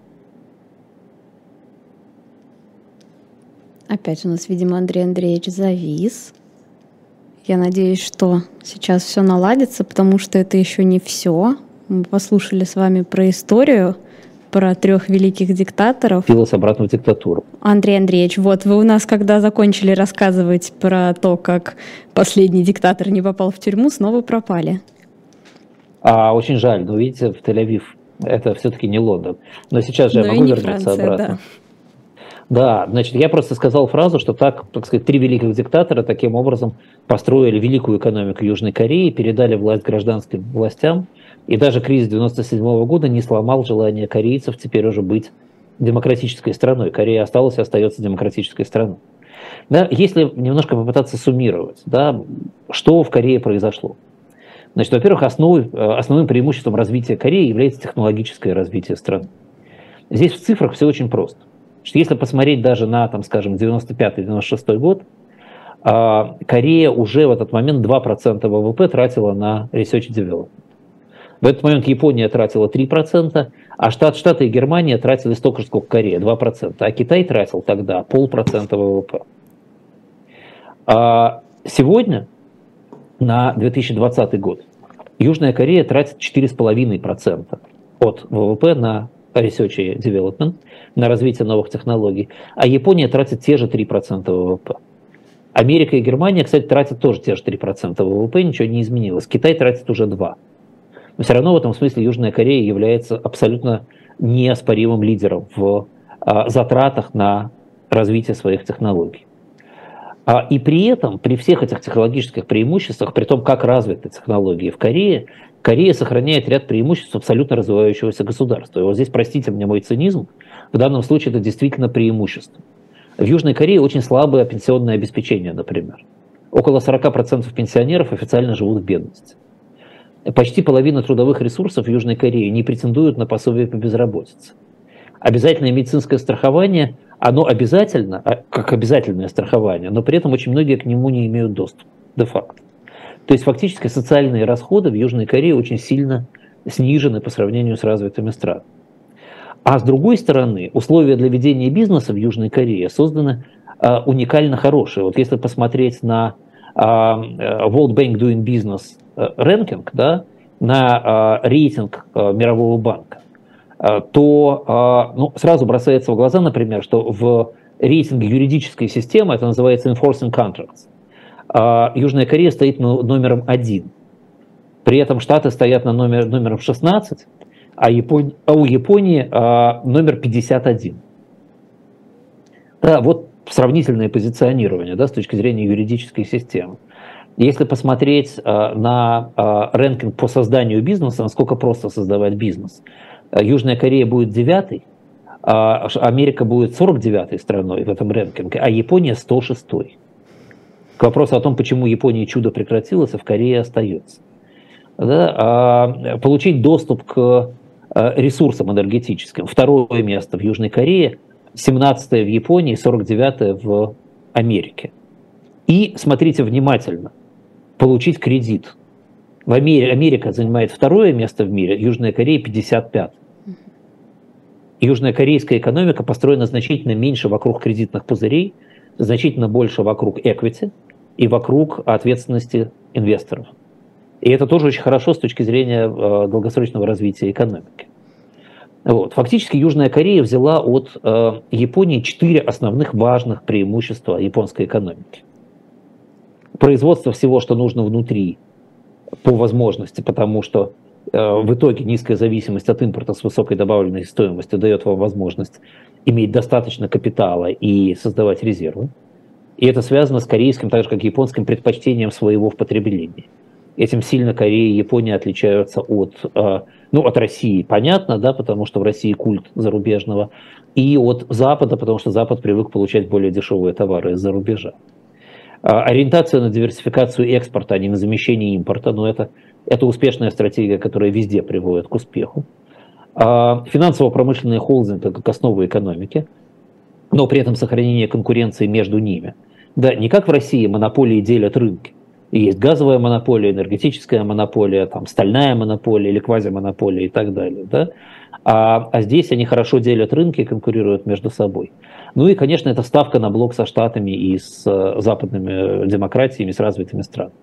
Опять у нас, видимо, Андрей Андреевич завис. Я надеюсь, что сейчас все наладится, потому что это еще не все. Мы послушали с вами про историю, про трех великих диктаторов. Пилась обратно в диктатуру. Андрей Андреевич, вот вы у нас, когда закончили рассказывать про то, как последний диктатор не попал в тюрьму, снова пропали. А, очень жаль, но видите, в Тель-Авив это все-таки не Лондон. Но сейчас же но я могу вернуться Франция, обратно. Да. Да, значит, я просто сказал фразу, что так, так сказать, три великих диктатора таким образом построили великую экономику Южной Кореи, передали власть гражданским властям, и даже кризис девяносто седьмого года не сломал желание корейцев теперь уже быть демократической страной. Корея осталась и остается демократической страной. Да, если немножко попытаться суммировать, да, что в Корее произошло. Значит, во-первых, основой, основным преимуществом развития Кореи является технологическое развитие страны. Здесь в цифрах все очень просто. Значит, если посмотреть даже на, там, скажем, девяносто пятый — девяносто шестой год, Корея уже в этот момент два процента вэ вэ пэ тратила на research and development. В этот момент Япония тратила три процента, а Штат, Штаты и Германия тратили столько же, сколько Корея, два процента. А Китай тратил тогда полпроцента вэ вэ пэ. А сегодня, на две тысячи двадцатый год, Южная Корея тратит четыре целых пять десятых процента от вэ вэ пэ на research and development, на развитие новых технологий, а Япония тратит те же три процента вэ вэ пэ. Америка и Германия, кстати, тратят тоже те же три процента вэ вэ пэ, ничего не изменилось. Китай тратит уже два процента. Но все равно в этом смысле Южная Корея является абсолютно неоспоримым лидером в а, затратах на развитие своих технологий. А, и при этом, при всех этих технологических преимуществах, при том, как развиты технологии в Корее, Корея сохраняет ряд преимуществ абсолютно развивающегося государства. И вот здесь, простите мне мой цинизм, в данном случае это действительно преимущество. В Южной Корее очень слабое пенсионное обеспечение, например. Около сорок процентов пенсионеров официально живут в бедности. Почти половина трудовых ресурсов в Южной Корее не претендуют на пособие по безработице. Обязательное медицинское страхование, оно обязательно, как обязательное страхование, но при этом очень многие к нему не имеют доступа, де-факто. То есть фактически социальные расходы в Южной Корее очень сильно снижены по сравнению с развитыми странами. А с другой стороны, условия для ведения бизнеса в Южной Корее созданы а, уникально хорошие. Вот если посмотреть на а, World Bank Doing Business ranking, да, на а, рейтинг а, Мирового банка, а, то а, ну, сразу бросается в глаза, например, что в рейтинге юридической системы, это называется Enforcing Contracts, а, Южная Корея стоит номером один. При этом Штаты стоят на номер, номером шестнадцать, а, Япон... а у Японии а, номер пятьдесят один. Да, вот сравнительное позиционирование, да, с точки зрения юридической системы. Если посмотреть а, на а, рэнкинг по созданию бизнеса, насколько просто создавать бизнес, Южная Корея будет девятой, а Америка будет сорок девятой страной в этом рэнкинге, а Япония сто шестой. к вопросу о том, почему Японии чудо прекратилось, а в Корее остается. Да? А получить доступ к ресурсам энергетическим. Второе место в Южной Корее, семнадцатое в Японии, сорок девятое в Америке. И, смотрите внимательно, получить кредит. В Америке, Америка занимает второе место в мире, Южная Корея пятьдесят пятое. Южная корейская экономика построена значительно меньше вокруг кредитных пузырей, значительно больше вокруг equity и вокруг ответственности инвесторов. И это тоже очень хорошо с точки зрения э, долгосрочного развития экономики. Вот. Фактически Южная Корея взяла от э, Японии четыре основных важных преимущества японской экономики. Производство всего, что нужно внутри, по возможности, потому что э, в итоге низкая зависимость от импорта с высокой добавленной стоимостью дает вам возможность иметь достаточно капитала и создавать резервы. И это связано с корейским, так же как и японским, предпочтением своего в потреблении. Этим сильно Корея и Япония отличаются от, э, ну, от России, понятно, да, потому что в России культ зарубежного, и от Запада, потому что Запад привык получать более дешевые товары из-за рубежа. Ориентация на диверсификацию экспорта, а не на замещение импорта, но это, это успешная стратегия, которая везде приводит к успеху. Финансово-промышленные холдинги как основа экономики, но при этом сохранение конкуренции между ними. Да, не как в России монополии делят рынки. Есть газовая монополия, энергетическая монополия, там, стальная монополия или квазимонополия и так далее. Да? А, а здесь они хорошо делят рынки и конкурируют между собой. Ну и, конечно, это ставка на блок со Штатами и с uh, западными демократиями, с развитыми странами.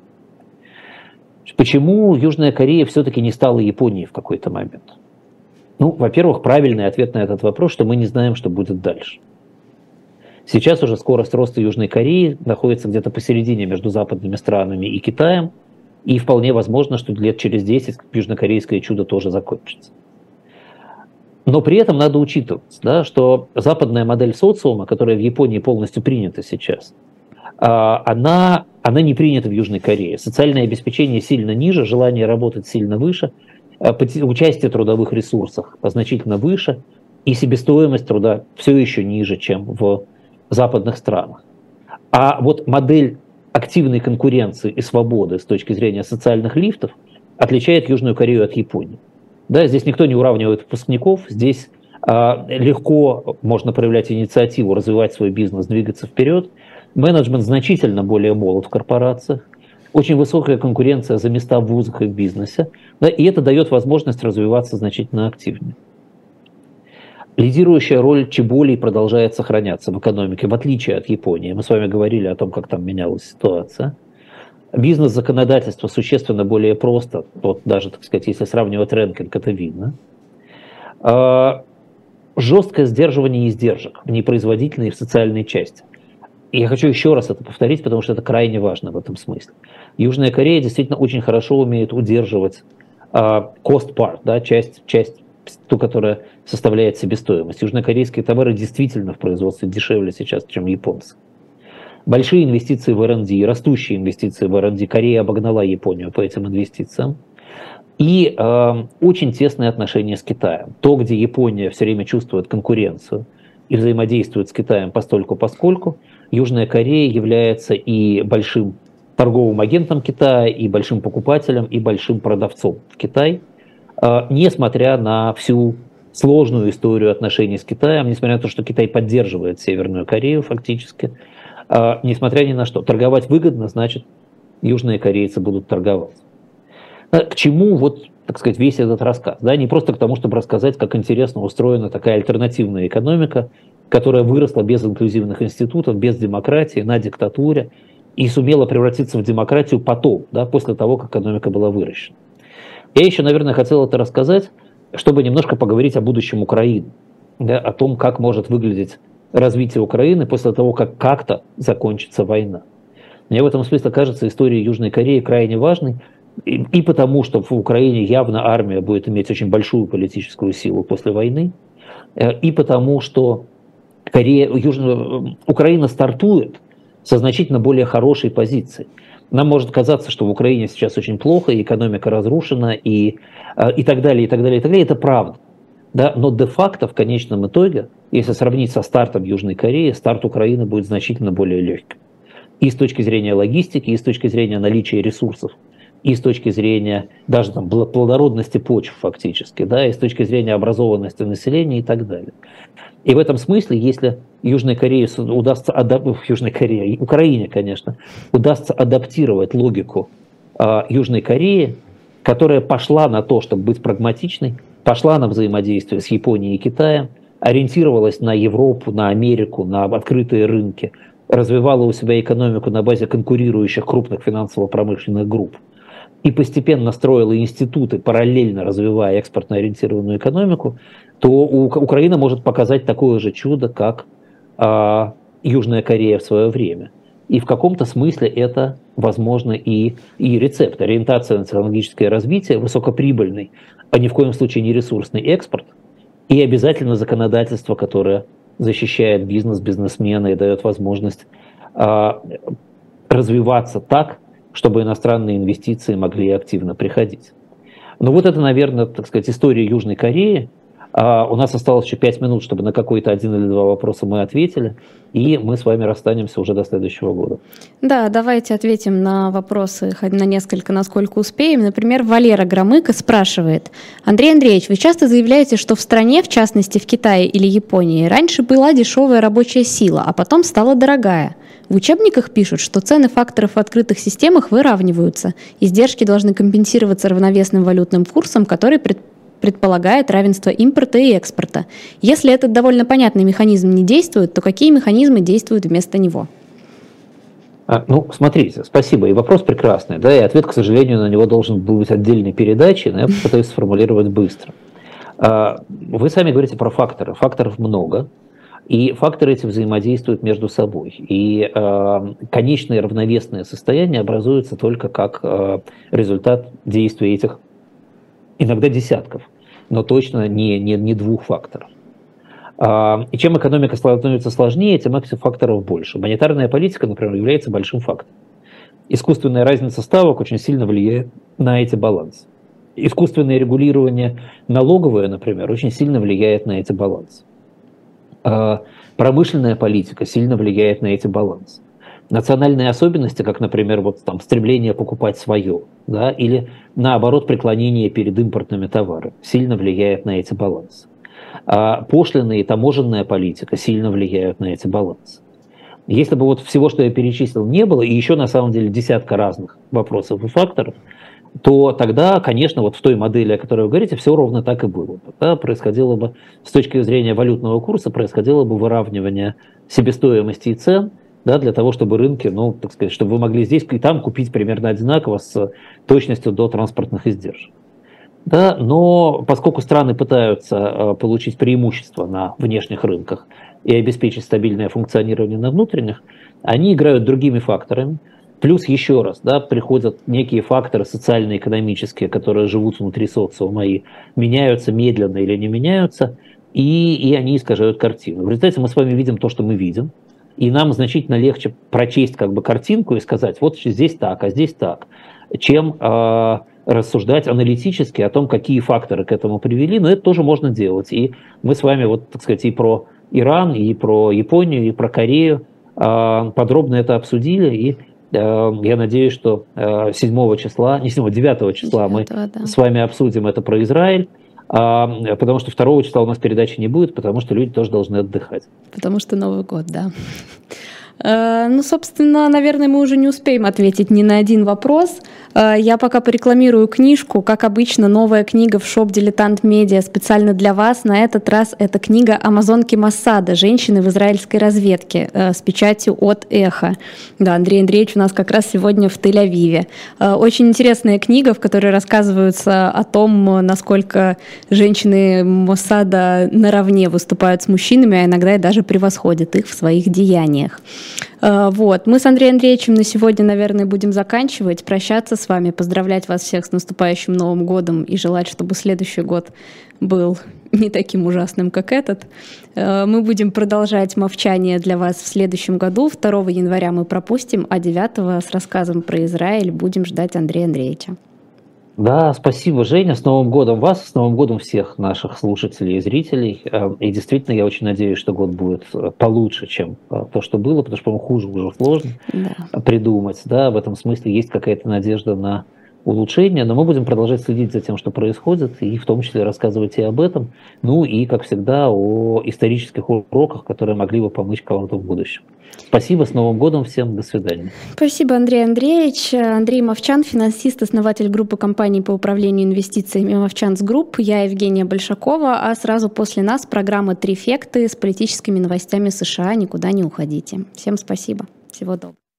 Почему Южная Корея все-таки не стала Японией в какой-то момент? Ну, во-первых, правильный ответ на этот вопрос, что мы не знаем, что будет дальше. Сейчас уже скорость роста Южной Кореи находится где-то посередине между западными странами и Китаем, и вполне возможно, что лет через десять южнокорейское чудо тоже закончится. Но при этом надо учитывать, да, что западная модель социума, которая в Японии полностью принята сейчас, она, она не принята в Южной Корее. Социальное обеспечение сильно ниже, желание работать сильно выше, участие в трудовых ресурсах значительно выше, и себестоимость труда все еще ниже, чем в западных странах. А вот модель активной конкуренции и свободы с точки зрения социальных лифтов отличает Южную Корею от Японии. Да, здесь никто не уравнивает выпускников, здесь а, легко можно проявлять инициативу, развивать свой бизнес, двигаться вперед. Менеджмент значительно более молод в корпорациях, очень высокая конкуренция за места в вузах и в бизнесе, да, и это дает возможность развиваться значительно активнее. Лидирующая роль чеболей продолжает сохраняться в экономике, в отличие от Японии. Мы с вами говорили о том, как там менялась ситуация. Бизнес-законодательство существенно более просто, вот даже, так сказать, если сравнивать рэнкинг, это видно. Жесткое сдерживание издержек в непроизводительной и в социальной части. И я хочу еще раз это повторить, потому что это крайне важно в этом смысле. Южная Корея действительно очень хорошо умеет удерживать cost part, да, часть, часть, ту, которая составляет себестоимость. Южнокорейские товары действительно в производстве дешевле сейчас, чем японцы. Большие инвестиции в эр энд ди, растущие инвестиции в эр энд ди. Корея обогнала Японию по этим инвестициям. И э, очень тесные отношения с Китаем. То, где Япония все время чувствует конкуренцию и взаимодействует с Китаем постольку-поскольку, Южная Корея является и большим торговым агентом Китая, и большим покупателем, и большим продавцом в Китай, э, несмотря на всю сложную историю отношений с Китаем, несмотря на то, что Китай поддерживает Северную Корею фактически, э, несмотря ни на что. Торговать выгодно, значит, южные корейцы будут торговать. К чему вот, так сказать, весь этот рассказ? Да? Не просто к тому, чтобы рассказать, как интересно устроена такая альтернативная экономика, которая выросла без инклюзивных институтов, без демократии, на диктатуре, и сумела превратиться в демократию потом, да, после того, как экономика была выращена. Я еще, наверное, хотел это рассказать, чтобы немножко поговорить о будущем Украины, да, о том, как может выглядеть развитие Украины после того, как как-то закончится война. Мне в этом смысле кажется история Южной Кореи крайне важной, и, и потому, что в Украине явно армия будет иметь очень большую политическую силу после войны, и потому, что Корея, Южная, Украина стартует со значительно более хорошей позиции. Нам может казаться, что в Украине сейчас очень плохо, и экономика разрушена, и, и так далее, и так далее, и так далее. Это правда. Да? Но де-факто, в конечном итоге, если сравнить со стартом Южной Кореи, старт Украины будет значительно более легким. и с точки зрения логистики, и с точки зрения наличия ресурсов, и с точки зрения даже там, плодородности почв фактически, да, и с точки зрения образованности населения и так далее. И в этом смысле, если Южной Корее удастся, адап... Южной Корее, Украине, конечно, удастся адаптировать логику э, Южной Кореи, которая пошла на то, чтобы быть прагматичной, пошла на взаимодействие с Японией и Китаем, ориентировалась на Европу, на Америку, на открытые рынки, развивала у себя экономику на базе конкурирующих крупных финансово-промышленных групп и постепенно строила институты, параллельно развивая экспортно-ориентированную экономику, то Украина может показать такое же чудо, как э, Южная Корея в свое время. И в каком-то смысле это, возможно, и, и рецепт. Ориентация на технологическое развитие, высокоприбыльный, а ни в коем случае не ресурсный экспорт, и обязательно законодательство, которое защищает бизнес, бизнесмена и дает возможность э, развиваться так, чтобы иностранные инвестиции могли активно приходить. Ну вот это, наверное, так сказать, история Южной Кореи. А у нас осталось еще пять минут, чтобы на какой-то один или два вопроса мы ответили, и мы с вами расстанемся уже до следующего года. Да, давайте ответим на вопросы, хоть на несколько, насколько успеем. Например, Валера Громыко спрашивает. Андрей Андреевич, вы часто заявляете, что в стране, в частности в Китае или Японии, раньше была дешевая рабочая сила, а потом стала дорогая. В учебниках пишут, что цены факторов в открытых системах выравниваются, издержки должны компенсироваться равновесным валютным курсом, который предполагает, предполагает равенство импорта и экспорта. Если этот довольно понятный механизм не действует, то какие механизмы действуют вместо него? А, ну, смотрите, спасибо. И вопрос прекрасный, да, и ответ, к сожалению, на него должен был быть отдельной передачей, но я попытаюсь сформулировать быстро. А, вы сами говорите про факторы. Факторов много, и факторы эти взаимодействуют между собой. И а, конечное равновесное состояние образуется только как а, результат действия этих иногда десятков, но точно не, не, не двух факторов. И чем экономика становится сложнее, тем этих факторов больше. Монетарная политика, например, является большим фактором. Искусственная разница ставок очень сильно влияет на эти балансы. Искусственное регулирование налоговое, например, очень сильно влияет на эти балансы. Промышленная политика сильно влияет на эти балансы. Национальные особенности, как, например, вот там стремление покупать свое, да, или наоборот преклонение перед импортными товарами, сильно влияет на эти балансы. А пошлинная и таможенная политика сильно влияют на эти балансы. Если бы вот всего, что я перечислил, не было, и еще на самом деле десятка разных вопросов и факторов, то тогда, конечно, вот в той модели, о которой вы говорите, все ровно так и было бы. Да, происходило бы, с точки зрения валютного курса, происходило бы выравнивание себестоимости и цен, да, для того, чтобы рынки, ну, так сказать, чтобы вы могли здесь и там купить примерно одинаково с точностью до транспортных издержек. Да, но поскольку страны пытаются получить преимущество на внешних рынках и обеспечить стабильное функционирование на внутренних, они играют другими факторами. Плюс еще раз, да, приходят некие факторы социально-экономические, которые живут внутри социума и меняются медленно или не меняются, и, и они искажают картину. В результате мы с вами видим то, что мы видим. И нам значительно легче прочесть как бы картинку и сказать, вот здесь так, а здесь так, чем э, рассуждать аналитически о том, какие факторы к этому привели. Но это тоже можно делать. И мы с вами, вот, так сказать, и про Иран, и про Японию, и про Корею э, подробно это обсудили. И э, я надеюсь, что э, седьмого числа, не седьмого, девятого числа мы да. с вами обсудим это про Израиль. Потому что второго числа у нас передачи не будет, потому что люди тоже должны отдыхать. Потому что Новый год, да. Ну, собственно, наверное, мы уже не успеем ответить ни на один вопрос. Я пока порекламирую книжку. Как обычно, новая книга в шоп «Дилетант Медиа» специально для вас. На этот раз это книга «Амазонки Моссада. Женщины в израильской разведке» с печатью от «Эхо». Да, Андрей Андреевич у нас как раз сегодня в Тель-Авиве. Очень интересная книга, в которой рассказывается о том, насколько женщины Моссада наравне выступают с мужчинами, а иногда и даже превосходят их в своих деяниях. Вот. Мы с Андреем Андреевичем на сегодня, наверное, будем заканчивать, прощаться с вами, поздравлять вас всех с наступающим Новым годом и желать, чтобы следующий год был не таким ужасным, как этот. Мы будем продолжать «Мовчание» для вас в следующем году. второго января мы пропустим, а девятого с рассказом про Израиль будем ждать Андрея Андреевича. Да, спасибо, Женя. С Новым годом вас, с Новым годом всех наших слушателей и зрителей. И действительно, я очень надеюсь, что год будет получше, чем то, что было, потому что, по-моему, хуже уже сложно Да. придумать. Да, в этом смысле есть какая-то надежда на улучшение, но мы будем продолжать следить за тем, что происходит, и в том числе рассказывать и об этом, ну и, как всегда, о исторических уроках, которые могли бы помочь кому-то в будущем. Спасибо, с Новым годом всем, до свидания. Спасибо, Андрей Андреевич. Андрей Мовчан, финансист, основатель группы компаний по управлению инвестициями Мовчанс Групп. Я Евгения Большакова, а сразу после нас программа «Трифекты» с политическими новостями США. Никуда не уходите. Всем спасибо. Всего доброго.